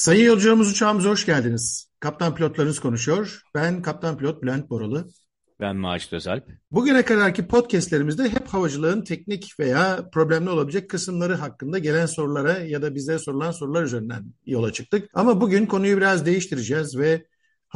Sayın yolcularımız uçağımıza hoş geldiniz. Kaptan pilotlarınız konuşuyor. Ben kaptan pilot Bülent Boralı. Ben Macit Özalp. Bugüne kadarki podcastlerimizde hep havacılığın teknik veya problemli olabilecek kısımları hakkında gelen sorulara ya da bize sorulan sorular üzerinden yola çıktık. Ama bugün konuyu biraz değiştireceğiz ve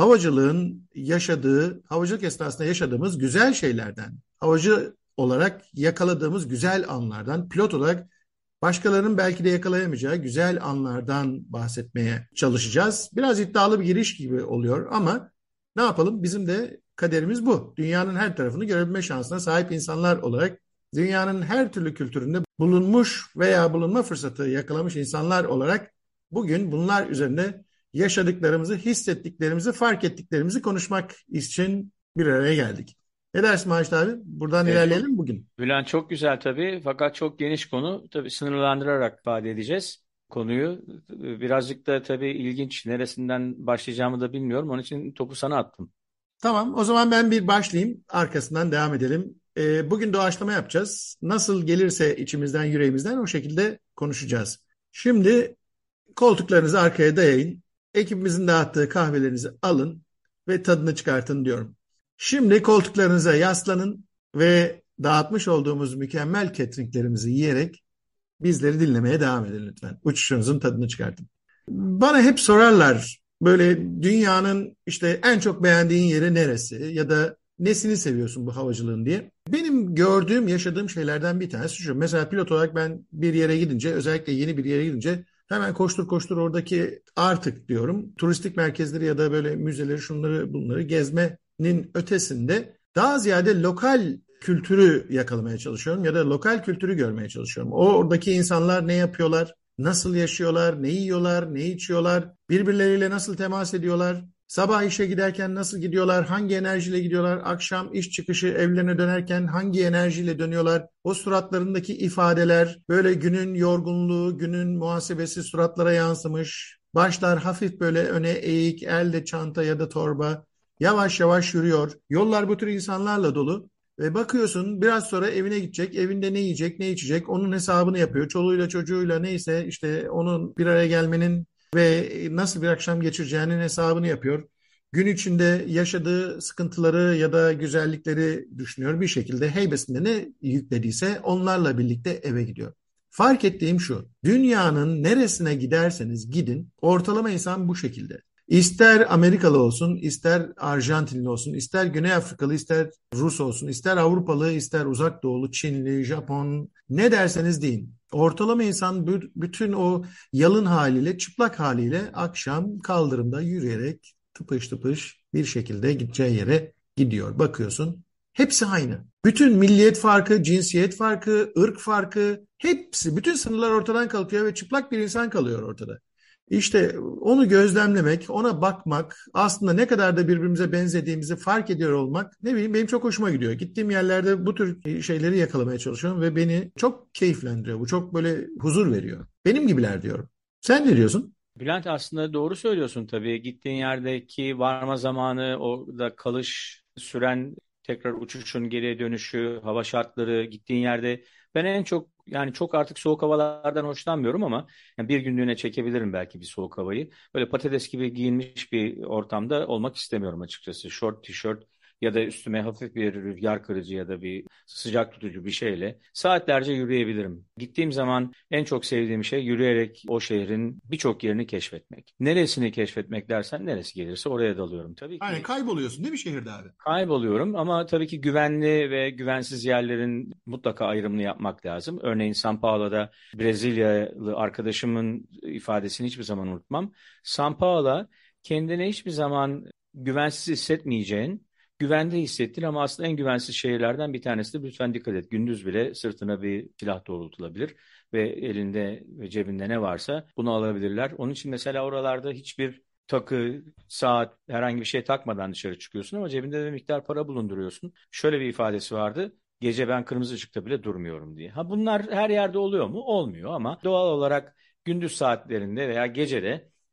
havacılık esnasında yaşadığımız güzel şeylerden, havacı olarak yakaladığımız güzel anlardan, pilot olarak başkalarının belki de yakalayamayacağı güzel anlardan bahsetmeye çalışacağız. Biraz iddialı bir giriş gibi oluyor ama ne yapalım? Bizim de kaderimiz bu. Dünyanın her tarafını görebilme şansına sahip insanlar olarak dünyanın her türlü kültüründe bulunmuş veya bulunma fırsatı yakalamış insanlar olarak bugün bunlar üzerine yaşadıklarımızı, hissettiklerimizi, fark ettiklerimizi konuşmak için bir araya geldik. Ne dersin Macit abi? Buradan Çok ilerleyelim bugün. Bülent, çok güzel tabii, fakat çok geniş konu. Tabii sınırlandırarak ifade edeceğiz konuyu. Birazcık da tabii ilginç. Neresinden başlayacağımı da bilmiyorum. Onun için topu sana attım. Tamam, o zaman ben bir başlayayım, arkasından devam edelim. Bugün doğaçlama yapacağız. Nasıl gelirse içimizden, yüreğimizden o şekilde konuşacağız. Şimdi koltuklarınızı arkaya dayayın. Ekibimizin dağıttığı kahvelerinizi alın ve tadını çıkartın diyorum. Şimdi koltuklarınıza yaslanın ve dağıtmış olduğumuz mükemmel cateringlerimizi yiyerek bizleri dinlemeye devam edin lütfen. Uçuşunuzun tadını çıkartın. Bana hep sorarlar böyle dünyanın işte en çok beğendiğin yeri neresi ya da nesini seviyorsun bu havacılığın diye. Benim gördüğüm, yaşadığım şeylerden bir tanesi şu. Mesela pilot olarak ben bir yere gidince, özellikle yeni bir yere gidince hemen koştur koştur oradaki artık diyorum turistik merkezleri ya da böyle müzeleri şunları bunları gezmenin ötesinde daha ziyade lokal kültürü yakalamaya çalışıyorum ya da lokal kültürü görmeye çalışıyorum. Oradaki insanlar ne yapıyorlar? Nasıl yaşıyorlar, ne yiyorlar, ne içiyorlar, birbirleriyle nasıl temas ediyorlar, sabah işe giderken nasıl gidiyorlar, hangi enerjiyle gidiyorlar, akşam iş çıkışı evlerine dönerken hangi enerjiyle dönüyorlar, o suratlarındaki ifadeler, böyle günün yorgunluğu, günün muhasebesi suratlara yansımış, başlar hafif böyle öne eğik, elde çanta ya da torba, yavaş yavaş yürüyor. Yollar bu tür insanlarla dolu. Ve bakıyorsun biraz sonra evine gidecek, evinde ne yiyecek, ne içecek, onun hesabını yapıyor. Çoluğuyla çocuğuyla neyse işte onun bir araya gelmenin ve nasıl bir akşam geçireceğinin hesabını yapıyor. Gün içinde yaşadığı sıkıntıları ya da güzellikleri düşünüyor. Bir şekilde heybesinde ne yüklediyse onlarla birlikte eve gidiyor. Fark ettiğim şu, dünyanın neresine giderseniz gidin, ortalama insan bu şekilde. İster Amerikalı olsun, ister Arjantinli olsun, ister Güney Afrikalı, ister Rus olsun, ister Avrupalı, ister Uzak Doğulu, Çinli, Japon, ne derseniz deyin. Ortalama insan bütün o yalın haliyle, çıplak haliyle akşam kaldırımda yürüyerek tıpış tıpış bir şekilde gideceği yere gidiyor. Bakıyorsun, hepsi aynı. Bütün milliyet farkı, cinsiyet farkı, ırk farkı, hepsi, bütün sınırlar ortadan kalkıyor ve çıplak bir insan kalıyor ortada. İşte onu gözlemlemek, ona bakmak, aslında ne kadar da birbirimize benzediğimizi fark ediyor olmak, ne bileyim benim çok hoşuma gidiyor. Gittiğim yerlerde bu tür şeyleri yakalamaya çalışıyorum ve beni çok keyiflendiriyor. Bu çok böyle huzur veriyor. Benim gibiler diyorum. Sen ne diyorsun? Bülent, aslında doğru söylüyorsun tabii. Gittiğin yerdeki varma zamanı, orada kalış süren, tekrar uçuşun geriye dönüşü, hava şartları, gittiğin yerde ben en çok, yani çok artık soğuk havalardan hoşlanmıyorum ama yani bir günlüğüne çekebilirim belki bir soğuk havayı. Böyle patates gibi giyinmiş bir ortamda olmak istemiyorum açıkçası. Şort, tişört ya da üstüme hafif bir rüzgar kırıcı ya da bir sıcak tutucu bir şeyle saatlerce yürüyebilirim. Gittiğim zaman en çok sevdiğim şey yürüyerek o şehrin birçok yerini keşfetmek. Neresini keşfetmek dersen, neresi gelirse oraya dalıyorum. Tabii Aynen, ki kayboluyorsun değil mi şehirde abi? kayboluyorum ama tabii ki güvenli ve güvensiz yerlerin mutlaka ayrımını yapmak lazım. Örneğin São Paulo'da Brezilyalı arkadaşımın ifadesini hiçbir zaman unutmam. São Paulo kendine hiçbir zaman güvensiz hissetmeyeceğin, güvende hissettir ama aslında en güvensiz şehirlerden bir tanesi de. Lütfen dikkat et. Gündüz bile sırtına bir silah doğrultulabilir ve elinde ve cebinde ne varsa bunu alabilirler. Onun için mesela oralarda hiçbir takı, saat, herhangi bir şey takmadan dışarı çıkıyorsun ama cebinde de bir miktar para bulunduruyorsun. Şöyle bir ifadesi vardı: gece ben kırmızı ışıkta bile durmuyorum diye. Ha, bunlar her yerde oluyor mu? Olmuyor ama doğal olarak gündüz saatlerinde veya gecede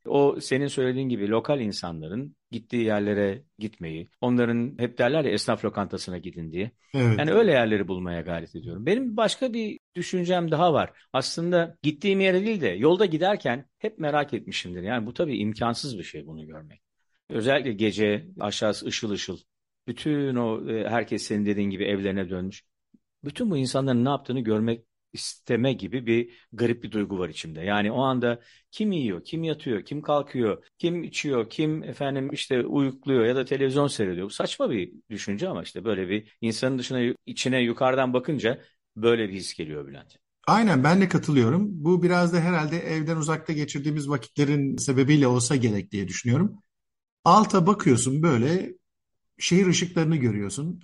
O senin söylediğin gibi lokal insanların gittiği yerlere gitmeyi, onların hep derler ya esnaf lokantasına gidin diye. Evet. Yani öyle yerleri bulmaya gayret ediyorum. Benim başka bir düşüncem daha var. Aslında gittiğim yere değil de yolda giderken hep merak etmişimdir. Yani bu tabii imkansız bir şey bunu görmek. Özellikle gece aşağısı ışıl ışıl. Bütün o herkes senin dediğin gibi evlerine dönmüş. Bütün bu insanların ne yaptığını görmek isteme gibi bir garip bir duygu var içimde. Yani o anda kim yiyor, kim yatıyor, kim kalkıyor, kim içiyor, kim efendim işte uyukluyor ya da televizyon seyrediyor. Bu saçma bir düşünce ama işte böyle bir insanın dışına içine yukarıdan bakınca böyle bir his geliyor Bülent. Aynen, ben de katılıyorum. Bu biraz da herhalde evden uzakta geçirdiğimiz vakitlerin sebebiyle olsa gerek diye düşünüyorum. Alta bakıyorsun, böyle şehir ışıklarını görüyorsun.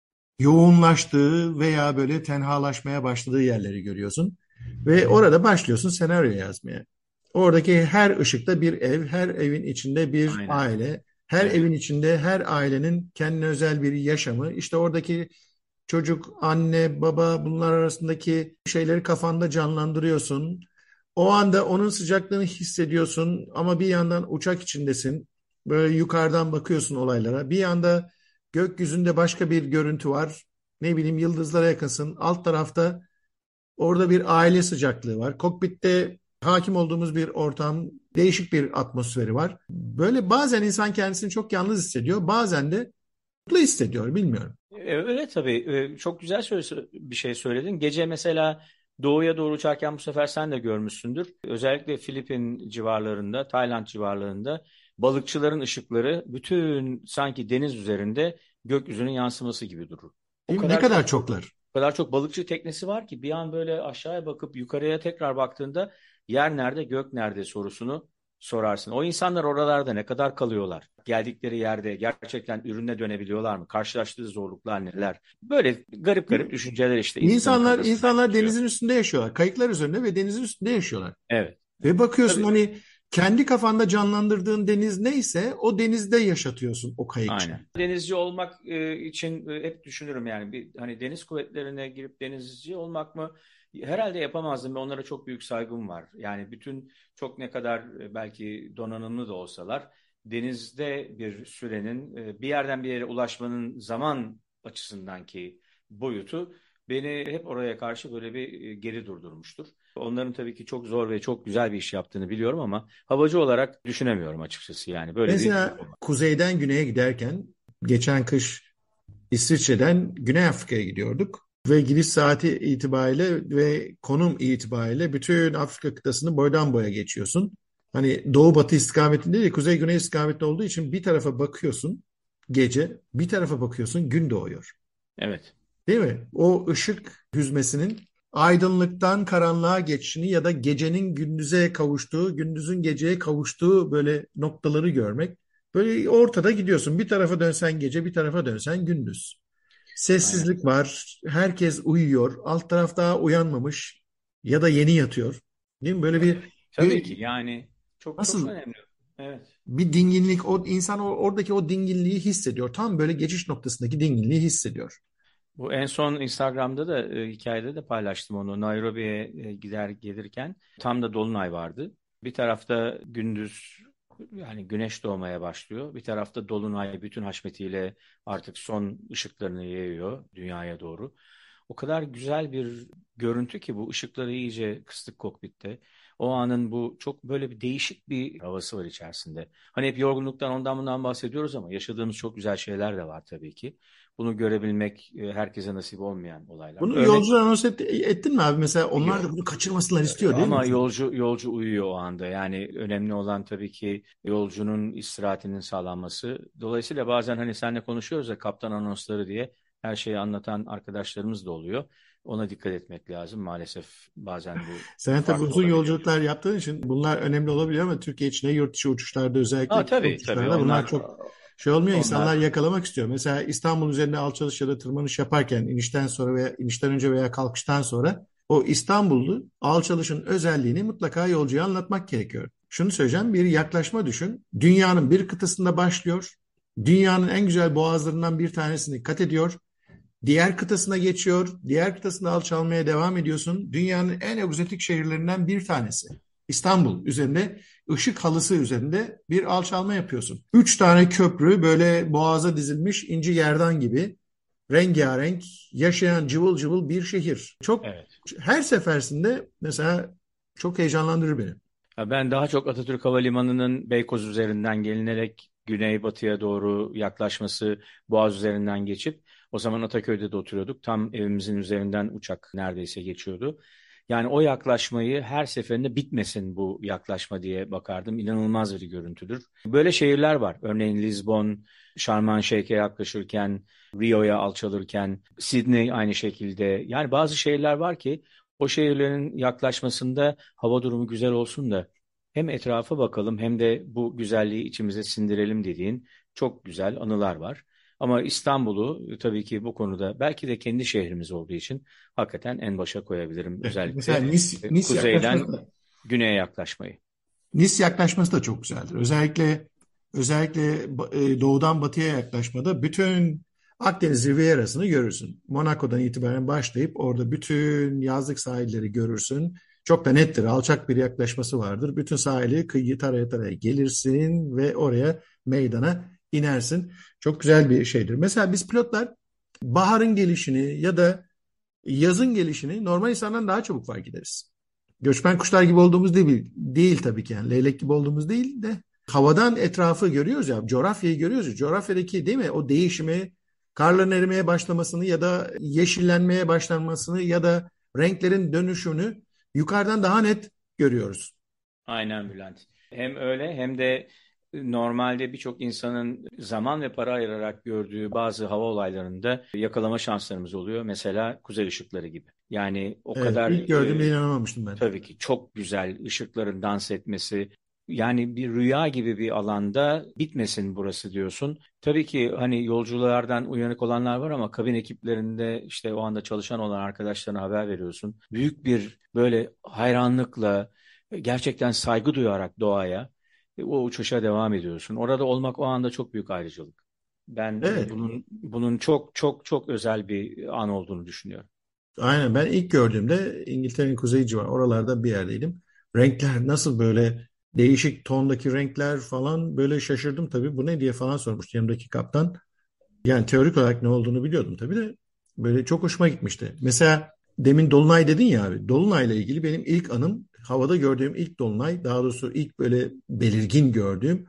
Yoğunlaştığı veya böyle tenhalaşmaya başladığı yerleri görüyorsun. Ve orada başlıyorsun senaryo yazmaya. Oradaki her ışıkta bir ev, her evin içinde bir Aynen. aile, her Evet. evin içinde her ailenin kendine özel bir yaşamı. İşte oradaki çocuk, anne, baba, bunlar arasındaki şeyleri kafanda canlandırıyorsun. O anda onun sıcaklığını hissediyorsun ama bir yandan uçak içindesin. Böyle yukarıdan bakıyorsun olaylara. Bir yanda gökyüzünde başka bir görüntü var. Ne bileyim, yıldızlara yakınsın. Alt tarafta orada bir aile sıcaklığı var. Kokpitte hakim olduğumuz bir ortam, değişik bir atmosferi var. Böyle bazen insan kendisini çok yalnız hissediyor. Bazen de mutlu hissediyor, bilmiyorum. Öyle tabii. Çok güzel bir şey söyledin. Gece mesela doğuya doğru uçarken bu sefer sen de görmüşsündür. Özellikle Filipin civarlarında, Tayland civarlarında balıkçıların ışıkları bütün sanki deniz üzerinde gökyüzünün yansıması gibi durur. O Değil mi? Ne kadar kadar çok çoklar. o kadar çok balıkçı teknesi var ki bir an böyle aşağıya bakıp yukarıya tekrar baktığında yer nerede, gök nerede sorusunu sorarsın. O insanlar oralarda ne kadar kalıyorlar? Geldikleri yerde gerçekten ürüne dönebiliyorlar mı? Karşılaştığı zorluklar neler? Böyle garip Değil garip mi? düşünceler işte insanın İnsanlar kafasından insanlar geçiyor. denizin üstünde yaşıyorlar. Kayıklar üzerinde ve denizin üstünde yaşıyorlar. Evet. Ve bakıyorsun, Tabii. hani kendi kafanda canlandırdığın deniz neyse o denizde yaşatıyorsun o kayıkçı. Aynen. Denizci olmak için hep düşünürüm yani bir hani deniz kuvvetlerine girip denizci olmak mı? Herhalde yapamazdım ve onlara çok büyük saygım var. Yani bütün çok ne kadar belki donanımlı da olsalar denizde bir sürenin bir yerden bir yere ulaşmanın zaman açısından ki boyutu beni hep oraya karşı böyle bir geri durdurmuştur. Onların tabii ki çok zor ve çok güzel bir iş yaptığını biliyorum ama havacı olarak düşünemiyorum açıkçası yani böyle bir Mesela kuzeyden güneye giderken geçen kış İsviçre'den Güney Afrika'ya gidiyorduk. Ve gidiş saati itibariyle ve konum itibariyle bütün Afrika kıtasını boydan boya geçiyorsun. Hani doğu batı istikametinde değil, kuzey güney istikametinde olduğu için bir tarafa bakıyorsun gece, bir tarafa bakıyorsun gün doğuyor. Evet. Değil mi? O ışık hüzmesinin aydınlıktan karanlığa geçişini ya da gecenin gündüze kavuştuğu, gündüzün geceye kavuştuğu böyle noktaları görmek. Böyle ortada gidiyorsun. Bir tarafa dönsen gece, bir tarafa dönsen gündüz. Aynen. Sessizlik var. Herkes uyuyor. Alt taraf daha uyanmamış ya da yeni yatıyor. Değil mi? Böyle Tabii ki yani çok çok nasıl önemli. Evet. bir dinginlik, o insan oradaki o dinginliği hissediyor. Tam böyle geçiş noktasındaki dinginliği hissediyor. Bu en son Instagram'da da hikayede de paylaştım onu. Nairobi'ye gider gelirken tam da dolunay vardı. Bir tarafta gündüz yani güneş doğmaya başlıyor. Bir tarafta dolunay bütün haşmetiyle artık son ışıklarını yayıyor dünyaya doğru. O kadar güzel bir görüntü ki bu ışıkları iyice kıstık kokpitte. O anın bu çok böyle bir değişik bir havası var içerisinde. Hani hep yorgunluktan ondan bundan bahsediyoruz ama yaşadığımız çok güzel şeyler de var tabii ki. Bunu görebilmek herkese nasip olmayan olaylar. Bunu Örnek yolcular anons ettin mi abi? Mesela onlar da yok. bunu kaçırmasınlar istiyor değil mi Ama mesela? yolcu uyuyor o anda. Yani önemli olan tabii ki yolcunun istirahatinin sağlanması. Dolayısıyla bazen hani seninle konuşuyoruz ya kaptan anonsları diye her şeyi anlatan arkadaşlarımız da oluyor. Ona dikkat etmek lazım. Maalesef bazen bu Sen tabii farklı uzun olabiliyor. yolculuklar yaptığın için bunlar önemli olabiliyor ama Türkiye içinde yurt dışı uçuşlarda, özellikle Ha kısa tabii tabii uçuşlarda bunlar onlar çok şey olmuyor. İnsanlar onlar yakalamak istiyor. Mesela İstanbul üzerine alçalış ya da tırmanış yaparken inişten sonra veya inişten önce veya kalkıştan sonra o İstanbul'u alçalışın özelliğini mutlaka yolcuya anlatmak gerekiyor. Şunu söyleyeceğim, bir yaklaşma düşün. Dünyanın bir kıtasında başlıyor. Dünyanın en güzel boğazlarından bir tanesini kat ediyor. Diğer kıtasına geçiyor. Diğer kıtasında alçalmaya devam ediyorsun. Dünyanın en egzotik şehirlerinden bir tanesi. İstanbul üzerinde ışık halısı üzerinde bir alçalma yapıyorsun. 3 tane köprü böyle boğaza dizilmiş inci gerdan gibi rengarenk yaşayan cıvıl cıvıl bir şehir. Çok Evet. her seferinde mesela çok heyecanlandırır beni. Ya ben daha çok Atatürk Havalimanı'nın Beykoz üzerinden gelinerek güneybatıya doğru yaklaşması, Boğaz üzerinden geçip o zaman Ataköy'de de oturuyorduk. Tam evimizin üzerinden uçak neredeyse geçiyordu. Yani o yaklaşmayı her seferinde bitmesin bu yaklaşma diye bakardım. İnanılmaz bir görüntüdür. Böyle şehirler var. Örneğin Lizbon, Şarm El Şeyh'e yaklaşırken, Rio'ya alçalırken, Sydney aynı şekilde. Yani bazı şehirler var ki o şehirlerin yaklaşmasında hava durumu güzel olsun da hem etrafa bakalım hem de bu güzelliği içimize sindirelim dediğin çok güzel anılar var. Ama İstanbul'u tabii ki bu konuda belki de kendi şehrimiz olduğu için hakikaten en başa koyabilirim. Evet, mesela Özellikle Nice yaklaşması kuzeyden da güneye yaklaşmayı. Nice yaklaşması da çok güzeldir. Özellikle doğudan batıya yaklaşmada bütün Akdeniz Rivierası'nı görürsün. Monaco'dan itibaren başlayıp orada bütün yazlık sahilleri görürsün. Çok da nettir. Alçak bir yaklaşması vardır. Bütün sahili kıyıyı taraya taraya gelirsin ve oraya meydana inersin. Çok güzel bir şeydir. Mesela biz pilotlar baharın gelişini ya da yazın gelişini normal insandan daha çabuk fark ederiz. Göçmen kuşlar gibi olduğumuz değil tabii ki, yani leylek gibi olduğumuz değil de havadan etrafı görüyoruz ya, coğrafyayı görüyoruz ya, coğrafyadaki değil mi o değişimi, karların erimeye başlamasını ya da yeşillenmeye başlanmasını ya da renklerin dönüşünü yukarıdan daha net görüyoruz. Aynen Bülent. Hem öyle hem de normalde birçok insanın zaman ve para ayırarak gördüğü bazı hava olaylarında yakalama şanslarımız oluyor. Mesela kuzey ışıkları gibi. Yani o Evet, kadar ilk gördüğümde inanamamıştım ben. tabii ki çok güzel ışıkların dans etmesi. Yani bir rüya gibi bir alanda bitmesin burası diyorsun. Tabii ki hani yolculardan uyanık olanlar var ama kabin ekiplerinde işte o anda çalışan olan arkadaşlarına haber veriyorsun. Büyük bir böyle hayranlıkla gerçekten saygı duyarak doğaya o uçuşa devam ediyorsun. Orada olmak o anda çok büyük ayrıcalık. Ben Evet, bunun çok çok çok özel bir an olduğunu düşünüyorum. aynen, ben ilk gördüğümde İngiltere'nin kuzey civarı oralarda bir yerdeydim. Renkler nasıl böyle değişik tondaki renkler falan, böyle şaşırdım tabii. Bu ne diye falan sormuştu yanımdaki kaptan. Yani teorik olarak ne olduğunu biliyordum tabii de böyle çok hoşuma gitmişti. Mesela demin Dolunay dedin ya abi. Dolunay'la ilgili benim ilk anım, havada gördüğüm ilk Dolunay, daha doğrusu ilk böyle belirgin gördüğüm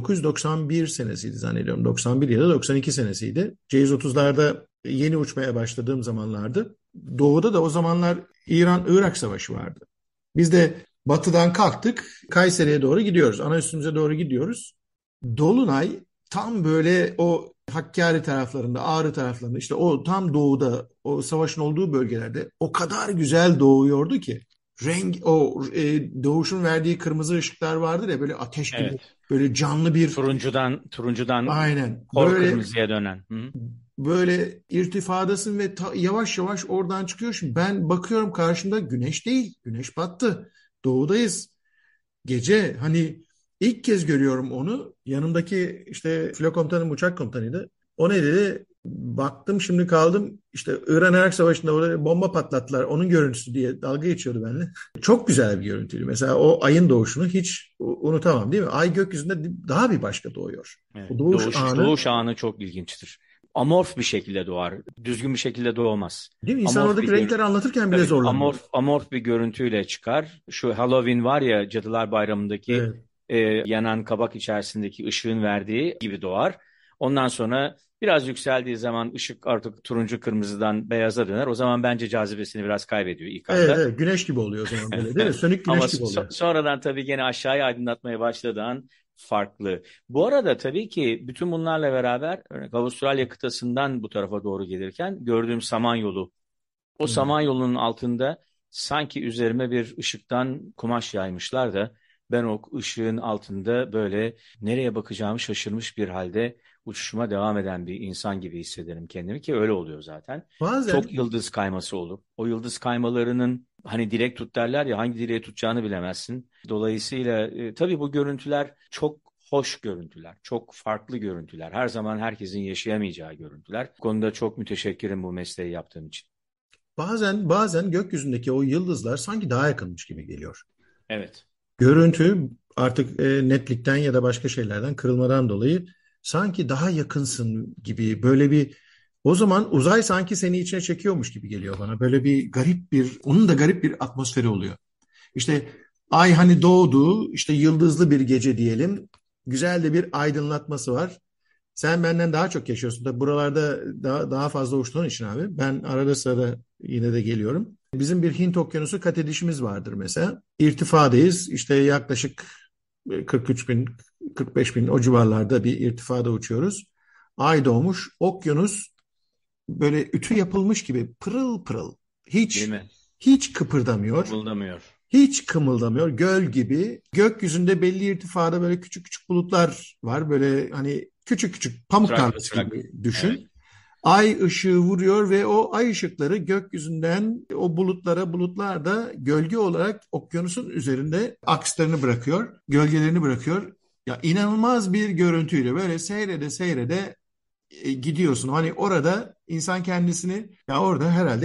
1991 senesiydi zannediyorum. 91 ya da 92 senesiydi. C-130'larda yeni uçmaya başladığım zamanlardı. Doğuda da o zamanlar İran-Irak Savaşı vardı. Biz de batıdan kalktık. Kayseri'ye doğru gidiyoruz. Ana üstümüze doğru gidiyoruz. Dolunay tam böyle o Hakkari taraflarında, Ağrı taraflarında, işte o tam doğuda, o savaşın olduğu bölgelerde o kadar güzel doğuyordu ki doğuşun verdiği kırmızı ışıklar vardır ya, böyle ateş gibi, Evet. böyle canlı bir, Turuncudan aynen kor böyle, kırmızıya dönen. Hı? irtifadasın ve yavaş yavaş oradan çıkıyor. Şimdi ben bakıyorum, karşımda güneş değil, güneş battı, doğudayız. Gece, hani ilk kez görüyorum onu. Yanımdaki işte filo komutanım uçak komutanıydı. O ne dedi? Baktım şimdi kaldım. İşte İran-Irak Savaşı'nda orada bomba patlattılar. Onun görüntüsü diye dalga geçiyordu benimle. Çok güzel bir görüntüydü. Mesela o ayın doğuşunu hiç unutamam, değil mi? Ay gökyüzünde daha bir başka doğuyor. Evet. O doğuş anı, Doğuş anı çok ilginçtir. Amorf bir şekilde doğar. Düzgün bir şekilde doğmaz. değil mi? İnsan Amorf bir oradaki görüntü. renkleri anlatırken bile Tabii zorlanıyor. amorf bir görüntüyle çıkar. Şu Halloween var ya Cadılar Bayramı'ndaki Evet. yanan kabak içerisindeki ışığın verdiği gibi doğar. Ondan sonra biraz yükseldiği zaman ışık artık turuncu kırmızıdan beyaza döner. O zaman bence cazibesini biraz kaybediyor ilk Evet, anda. evet. Güneş gibi oluyor o zaman, böyle değil mi? Sönük Ama güneş gibi oluyor. sonradan tabii gene aşağıya aydınlatmaya başladığı an farklı. Bu arada tabii ki bütün bunlarla beraber örneğin Avustralya kıtasından bu tarafa doğru gelirken gördüğüm Samanyolu. O Hmm. Samanyolu'nun altında sanki üzerime bir ışıktan kumaş yaymışlar da ben o ışığın altında böyle nereye bakacağımı şaşırmış bir halde uçuşuma devam eden bir insan gibi hissederim kendimi ki öyle oluyor zaten. Çok Bazen, yıldız kayması olur. O yıldız kaymalarının hani direkt tut derler ya hangi direğe tutacağını bilemezsin. Dolayısıyla tabii bu görüntüler çok hoş görüntüler, çok farklı görüntüler. Her zaman herkesin yaşayamayacağı görüntüler. Bu konuda çok müteşekkirim bu mesleği yaptığım için. bazen gökyüzündeki o yıldızlar sanki daha yakınmış gibi geliyor. Evet. görüntü artık netlikten ya da başka şeylerden kırılmadan dolayı sanki daha yakınsın gibi böyle bir o zaman uzay sanki seni içine çekiyormuş gibi geliyor bana. Böyle bir garip bir onun da garip bir atmosferi oluyor. İşte ay hani doğdu işte yıldızlı bir gece diyelim. Güzel de bir aydınlatması var. Sen benden daha çok yaşıyorsun. Tabii buralarda daha fazla uçtuğun için abi. Ben arada sırada yine de geliyorum. Bizim bir Hint Okyanusu kat edişimiz vardır mesela. İrtifadayız. İşte yaklaşık 43 bin, 45 bin o civarlarda bir irtifada uçuyoruz. Ay doğmuş. Okyanus böyle ütü yapılmış gibi pırıl pırıl. Değil Hiç mi? hiç kıpırdamıyor. Kımıldamıyor. Hiç kımıldamıyor. Göl gibi. Gökyüzünde belli irtifada böyle küçük küçük bulutlar var. Böyle hani küçük küçük pamuk Pıtrak tanesi pıtrak. gibi Evet. düşün. Ay ışığı vuruyor ve o ay ışıkları gökyüzünden o bulutlar da gölge olarak okyanusun üzerinde akslarını bırakıyor, gölgelerini bırakıyor. Ya inanılmaz bir görüntüyle böyle seyrede seyrede gidiyorsun. Hani orada insan kendisini ya orada herhalde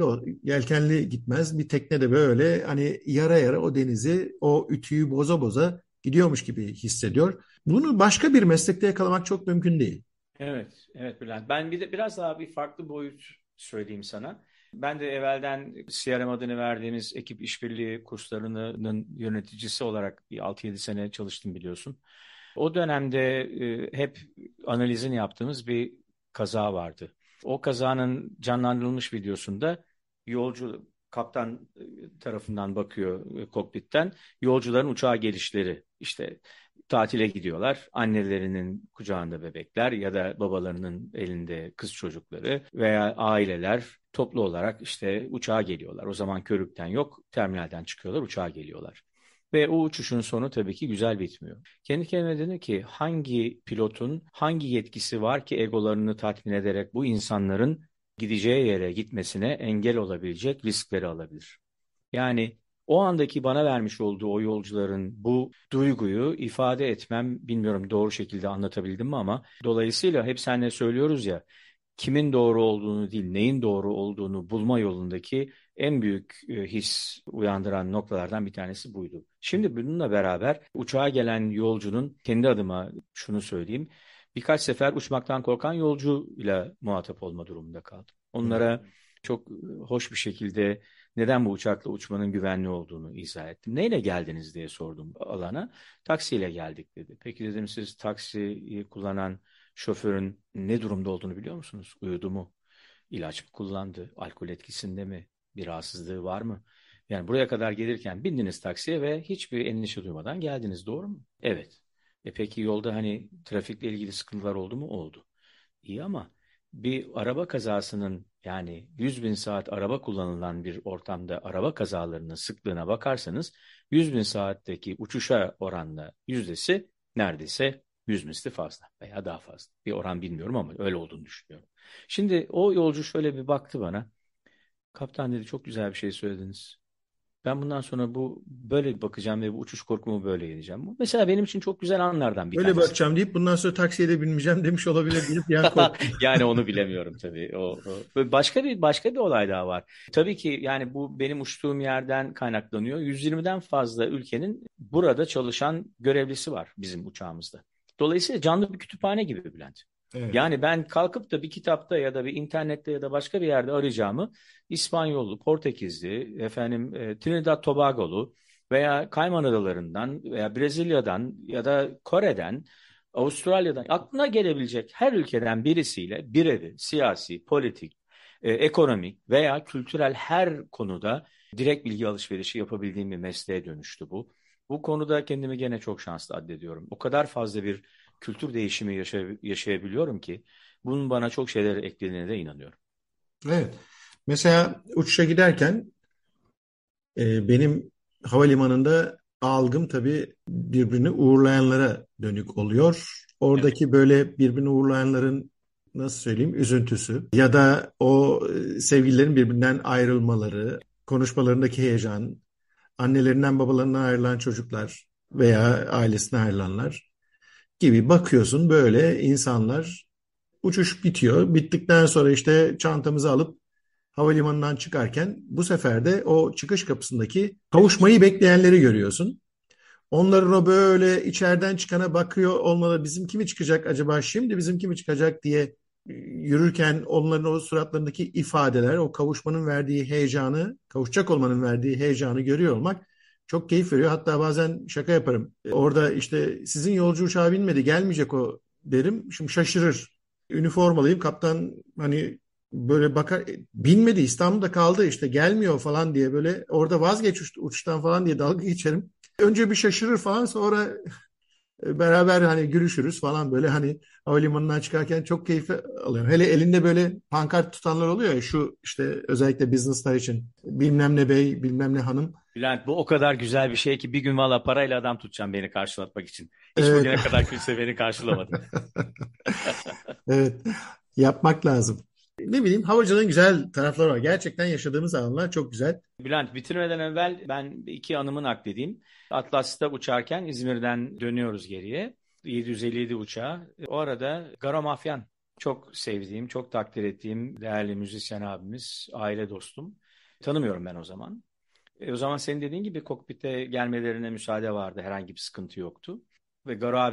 yelkenli gitmez bir tekne de böyle hani yara yara o denizi o ütüyü boza boza gidiyormuş gibi hissediyor. Bunu başka bir meslekte yakalamak çok mümkün değil. Evet, evet Bülent. Ben bir de biraz daha bir farklı boyut söyleyeyim sana. Ben de evvelden CRM adını verdiğimiz ekip işbirliği kurslarının yöneticisi olarak bir 6-7 sene çalıştım biliyorsun. O dönemde hep analizini yaptığımız bir kaza vardı. O kazanın canlandırılmış videosunda yolcu kaptan tarafından bakıyor kokpitten. Yolcuların uçağa gelişleri işte tatile gidiyorlar. Annelerinin kucağında bebekler ya da babalarının elinde kız çocukları veya aileler toplu olarak işte uçağa geliyorlar. O zaman körükten yok, terminalden çıkıyorlar, uçağa geliyorlar. Ve o uçuşun sonu tabii ki güzel bitmiyor. Kendi kendime dedim ki hangi pilotun hangi yetkisi var ki egolarını tatmin ederek bu insanların gideceği yere gitmesine engel olabilecek riskleri alabilir. Yani o andaki bana vermiş olduğu o yolcuların bu duyguyu ifade etmem bilmiyorum doğru şekilde anlatabildim mi ama dolayısıyla hep seninle söylüyoruz ya kimin doğru olduğunu değil neyin doğru olduğunu bulma yolundaki en büyük his uyandıran noktalardan bir tanesi buydu. Şimdi bununla beraber uçağa gelen yolcunun kendi adıma şunu söyleyeyim. Birkaç sefer uçmaktan korkan yolcuyla muhatap olma durumunda kaldım. Evet. Onlara çok hoş bir şekilde neden bu uçakla uçmanın güvenli olduğunu izah ettim. Neyle geldiniz diye sordum alana. Taksiyle geldik dedi. Peki dedim siz taksiyi kullanan şoförün ne durumda olduğunu biliyor musunuz? Uyudu mu? İlaç mı kullandı? Alkol etkisinde mi? Bir rahatsızlığı var mı? Yani buraya kadar gelirken bindiniz taksiye ve hiçbir endişe duymadan geldiniz, doğru mu? Evet. Peki yolda hani trafikle ilgili sıkıntılar oldu mu? Oldu. İyi ama bir araba kazasının yani 100 bin saat araba kullanılan bir ortamda araba kazalarının sıklığına bakarsanız 100 bin saatteki uçuşa oranla yüzdesi neredeyse 100 misli fazla veya daha fazla. Bir oran bilmiyorum ama öyle olduğunu düşünüyorum. Şimdi o yolcu şöyle bir baktı bana. Kaptan dedi çok güzel bir şey söylediniz. Ben bundan sonra bu böyle bakacağım ve bu uçuş korkumu böyle yeneceğim. Bu mesela benim için çok güzel anlardan bir Öyle tanesi. bakacağım deyip bundan sonra taksiye de binmeyeceğim demiş olabilir deyip yan korktum. Yani onu bilemiyorum tabii. Böyle başka bir olay daha var. Tabii ki yani bu benim uçtuğum yerden kaynaklanıyor. 120'den fazla ülkenin burada çalışan görevlisi var bizim uçağımızda. Dolayısıyla canlı bir kütüphane gibi Bülent. Evet. Yani ben kalkıp da bir kitapta ya da bir internette ya da başka bir yerde arayacağımı İspanyollu, Portekizli, efendim Trinidad Tobagolu veya Kayman Adaları'ndan veya Brezilya'dan ya da Kore'den Avustralya'dan aklına gelebilecek her ülkeden birisiyle birebir siyasi, politik, ekonomik veya kültürel her konuda direkt bilgi alışverişi yapabildiğim bir mesleğe dönüştü bu. Bu konuda kendimi gene çok şanslı addediyorum. O kadar fazla bir kültür değişimi yaşayabiliyorum ki bunun bana çok şeyler eklediğine de inanıyorum. Evet. Mesela uçuşa giderken benim havalimanında algım tabii birbirini uğurlayanlara dönük oluyor. Evet. Oradaki böyle birbirini uğurlayanların nasıl söyleyeyim üzüntüsü ya da o sevgililerin birbirinden ayrılmaları, konuşmalarındaki heyecan, annelerinden babalarından ayrılan çocuklar veya ailesinden ayrılanlar gibi bakıyorsun böyle insanlar uçuş bitiyor. Bittikten sonra işte çantamızı alıp havalimanından çıkarken bu sefer de o çıkış kapısındaki kavuşmayı bekleyenleri görüyorsun. Onların o böyle içeriden çıkana bakıyor olmaları, bizimki mi çıkacak acaba şimdi, bizimki mi çıkacak diye yürürken onların o suratlarındaki ifadeler, o kavuşmanın verdiği heyecanı, kavuşacak olmanın verdiği heyecanı görüyor olmak çok keyif veriyor. Hatta bazen şaka yaparım. Orada işte sizin yolcu uçağı binmedi, gelmeyecek o derim. Şimdi şaşırır. Üniformalıyım. Kaptan hani böyle bakar, binmedi, İstanbul'da kaldı işte, gelmiyor falan diye, böyle orada vazgeç uçuştan falan diye dalga geçerim. Önce bir şaşırır falan, sonra beraber hani gülüşürüz falan, böyle hani havalimanından çıkarken çok keyifli alıyorum. Hele elinde böyle pankart tutanlar oluyor ya, şu işte özellikle business'lar için bilmem ne bey, bilmem ne hanım. Bülent, bu o kadar güzel bir şey ki bir gün valla parayla adam tutacağım beni karşılatmak için. Hiç Evet. bugüne kadar kimse beni karşılamadı. Evet. Yapmak lazım. Ne bileyim, havacılığın güzel tarafları var. Gerçekten yaşadığımız alanlar çok güzel. Bülent, bitirmeden evvel ben iki anımı nakledeyim. Atlas'ta uçarken İzmir'den dönüyoruz geriye. 757 uçağı. O arada Garo Mafyan, çok sevdiğim, çok takdir ettiğim değerli müzisyen abimiz, aile dostum. Tanımıyorum ben o zaman. O zaman senin dediğin gibi kokpite gelmelerine müsaade vardı. Herhangi bir sıkıntı yoktu. Ve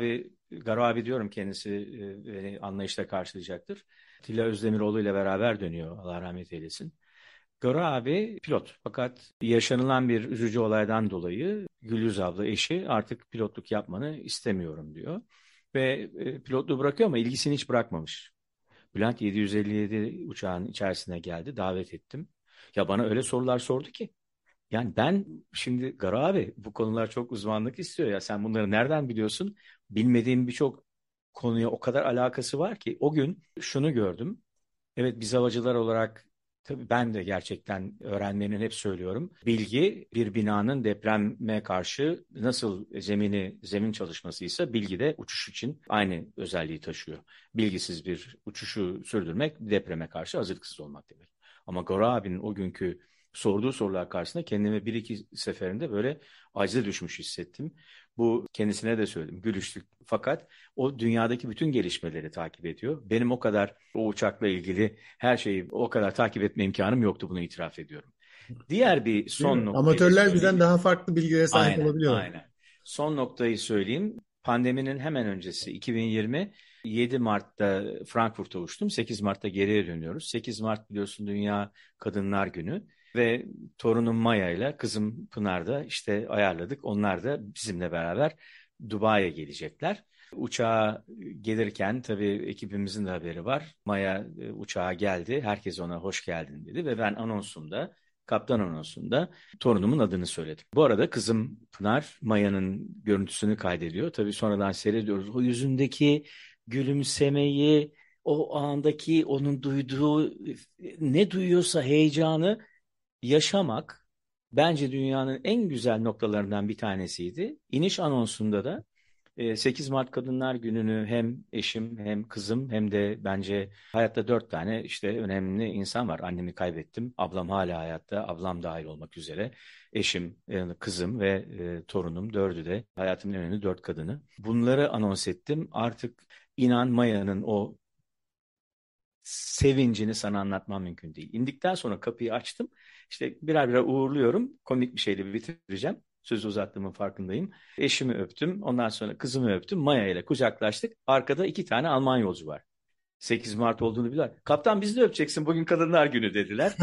Garo abi diyorum, kendisi beni anlayışla karşılayacaktır. Atilla Özdemiroğlu ile beraber dönüyor. Allah rahmet eylesin. Garo abi pilot, fakat yaşanılan bir üzücü olaydan dolayı Gülyüz abla eşi artık pilotluk yapmanı istemiyorum diyor. Ve pilotluğu bırakıyor ama ilgisini hiç bırakmamış. Bülent, 757 uçağın içerisine geldi, davet ettim. Ya bana öyle sorular sordu ki. Yani ben şimdi Garo abi, bu konular çok uzmanlık istiyor ya, sen bunları nereden biliyorsun? Bilmediğim birçok konuya o kadar alakası var ki o gün şunu gördüm. Evet, biz havacılar olarak, tabii ben de gerçekten öğrenmenin hep söylüyorum. Bilgi bir binanın depreme karşı nasıl zemin çalışmasıysa, bilgi de uçuş için aynı özelliği taşıyor. Bilgisiz bir uçuşu sürdürmek depreme karşı hazırlıksız olmak demek. Ama Gora abinin o günkü sorduğu sorular karşısında kendimi bir iki seferinde böyle acize düşmüş hissettim. Bu kendisine de söyledim. Gülüştük. Fakat o dünyadaki bütün gelişmeleri takip ediyor. Benim o kadar o uçakla ilgili her şeyi o kadar takip etme imkanım yoktu, bunu itiraf ediyorum. Diğer bir Değil son mi? noktayı da Amatörler bizden söyleyeyim. daha farklı bilgilere sahip Aynen, olabiliyorlar. aynen. Son noktayı söyleyeyim. Pandeminin hemen öncesi 2020, 7 Mart'ta Frankfurt'a uçtum. 8 Mart'ta geriye dönüyoruz. 8 Mart biliyorsun Dünya Kadınlar Günü ve torunum Maya ile kızım Pınar da işte ayarladık. Onlar da bizimle beraber Dubai'ye gelecekler. Uçağa gelirken tabii ekibimizin de haberi var. Maya uçağa geldi. Herkes ona hoş geldin dedi ve ben anonsumda, kaptan anonsunda torunumun adını söyledim. Bu arada kızım Pınar Maya'nın görüntüsünü kaydediyor. Tabii sonradan seyrediyoruz. O yüzündeki gülümsemeyi, o andaki onun duyduğu, ne duyuyorsa heyecanı yaşamak bence dünyanın en güzel noktalarından bir tanesiydi. İniş anonsunda da 8 Mart Kadınlar Günü'nü hem eşim hem kızım hem de bence hayatta 4 tane işte önemli insan var. Annemi kaybettim. Ablam hala hayatta. Ablam dahil olmak üzere. Eşim, kızım ve torunum, dördü de hayatımın en önemli 4 kadını. Bunları anons ettim. Artık inan, Maya'nın o sevincini sana anlatmam mümkün değil. İndikten sonra kapıyı açtım. İşte birer birer uğurluyorum. Komik bir şeyle bitireceğim. Sözü uzattığımın farkındayım. Eşimi öptüm. Ondan sonra kızımı öptüm. Maya ile kucaklaştık. Arkada 2 tane Alman yolcu var. 8 Mart olduğunu biliyorlar. Kaptan, bizi de öpeceksin, bugün Kadınlar Günü dediler.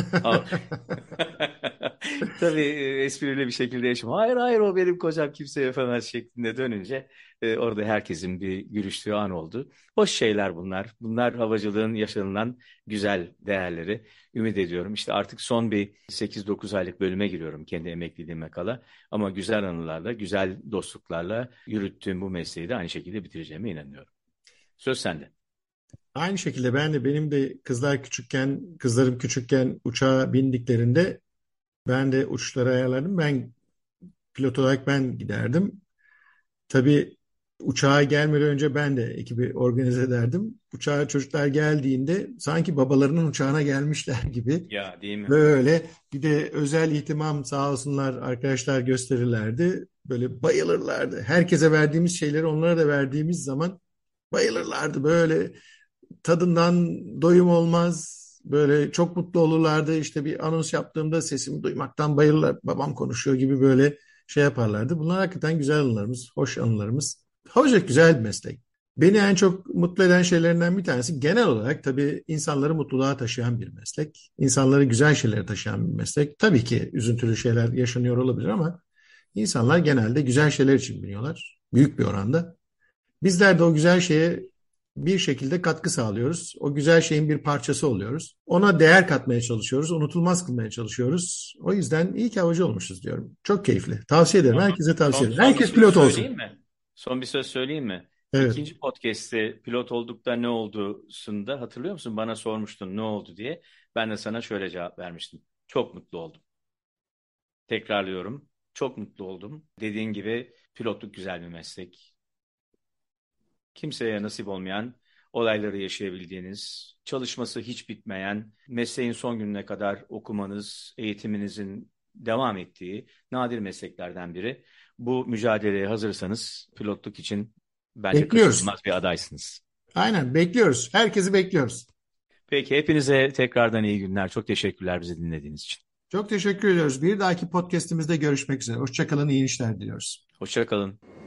Tabii esprili bir şekilde eşim, hayır hayır, o benim kocam, kimse öpemez şeklinde dönünce orada herkesin bir gülüştüğü an oldu. Hoş şeyler bunlar. Bunlar havacılığın yaşanılan güzel değerleri. Ümit ediyorum işte artık son bir 8-9 aylık bölüme giriyorum kendi emekliliğime kala. Ama güzel anılarla, güzel dostluklarla yürüttüğüm bu mesleği de aynı şekilde bitireceğime inanıyorum. Söz sende. Aynı şekilde ben de, benim de kızlarım küçükken uçağa bindiklerinde ben de uçuşları ayarlardım. Ben pilot olarak ben giderdim. Tabii uçağa gelmeden önce ben de ekibi organize ederdim. Uçağa çocuklar geldiğinde sanki babalarının uçağına gelmişler gibi Ya, değil mi? böyle bir de özel ihtimam sağ olsunlar arkadaşlar gösterirlerdi. Böyle bayılırlardı. Herkese verdiğimiz şeyleri onlara da verdiğimiz zaman bayılırlardı. Böyle tadından doyum olmaz. Böyle çok mutlu olurlardı. İşte bir anons yaptığımda sesimi duymaktan bayılırlar. Babam konuşuyor gibi böyle şey yaparlardı. Bunlar hakikaten güzel anılarımız, hoş anılarımız. Havacılık güzel bir meslek. Beni en çok mutlu eden şeylerinden bir tanesi genel olarak tabii insanları mutluluğa taşıyan bir meslek. İnsanları güzel şeylere taşıyan bir meslek. Tabii ki üzüntülü şeyler yaşanıyor olabilir ama insanlar genelde güzel şeyler için biniyorlar. Büyük bir oranda. Bizler de o güzel şeye bir şekilde katkı sağlıyoruz. O güzel şeyin bir parçası oluyoruz. Ona değer katmaya çalışıyoruz. Unutulmaz kılmaya çalışıyoruz. O yüzden iyi ki havacı olmuşuz diyorum. Çok keyifli. Tavsiye ederim. Herkese tavsiye ederim. Son bir Herkes söz pilot olsun. söyleyeyim mi? Son bir söz söyleyeyim mi? Evet. İkinci podcast'te pilot oldukta ne olduğunda hatırlıyor musun? Bana sormuştun ne oldu diye. Ben de sana şöyle cevap vermiştim. Çok mutlu oldum. Tekrarlıyorum. Çok mutlu oldum. Dediğin gibi pilotluk güzel bir meslek. Kimseye nasip olmayan olayları yaşayabildiğiniz, çalışması hiç bitmeyen, mesleğin son gününe kadar okumanız, eğitiminizin devam ettiği nadir mesleklerden biri. Bu mücadeleye hazırsanız pilotluk için bence Bekliyoruz. kaçınılmaz bir adaysınız. Aynen bekliyoruz. Herkesi bekliyoruz. Peki hepinize tekrardan iyi günler. Çok teşekkürler bizi dinlediğiniz için. Çok teşekkür ediyoruz. Bir dahaki podcast'imizde görüşmek üzere. Hoşça kalın, iyi işler diliyoruz. Hoşça kalın.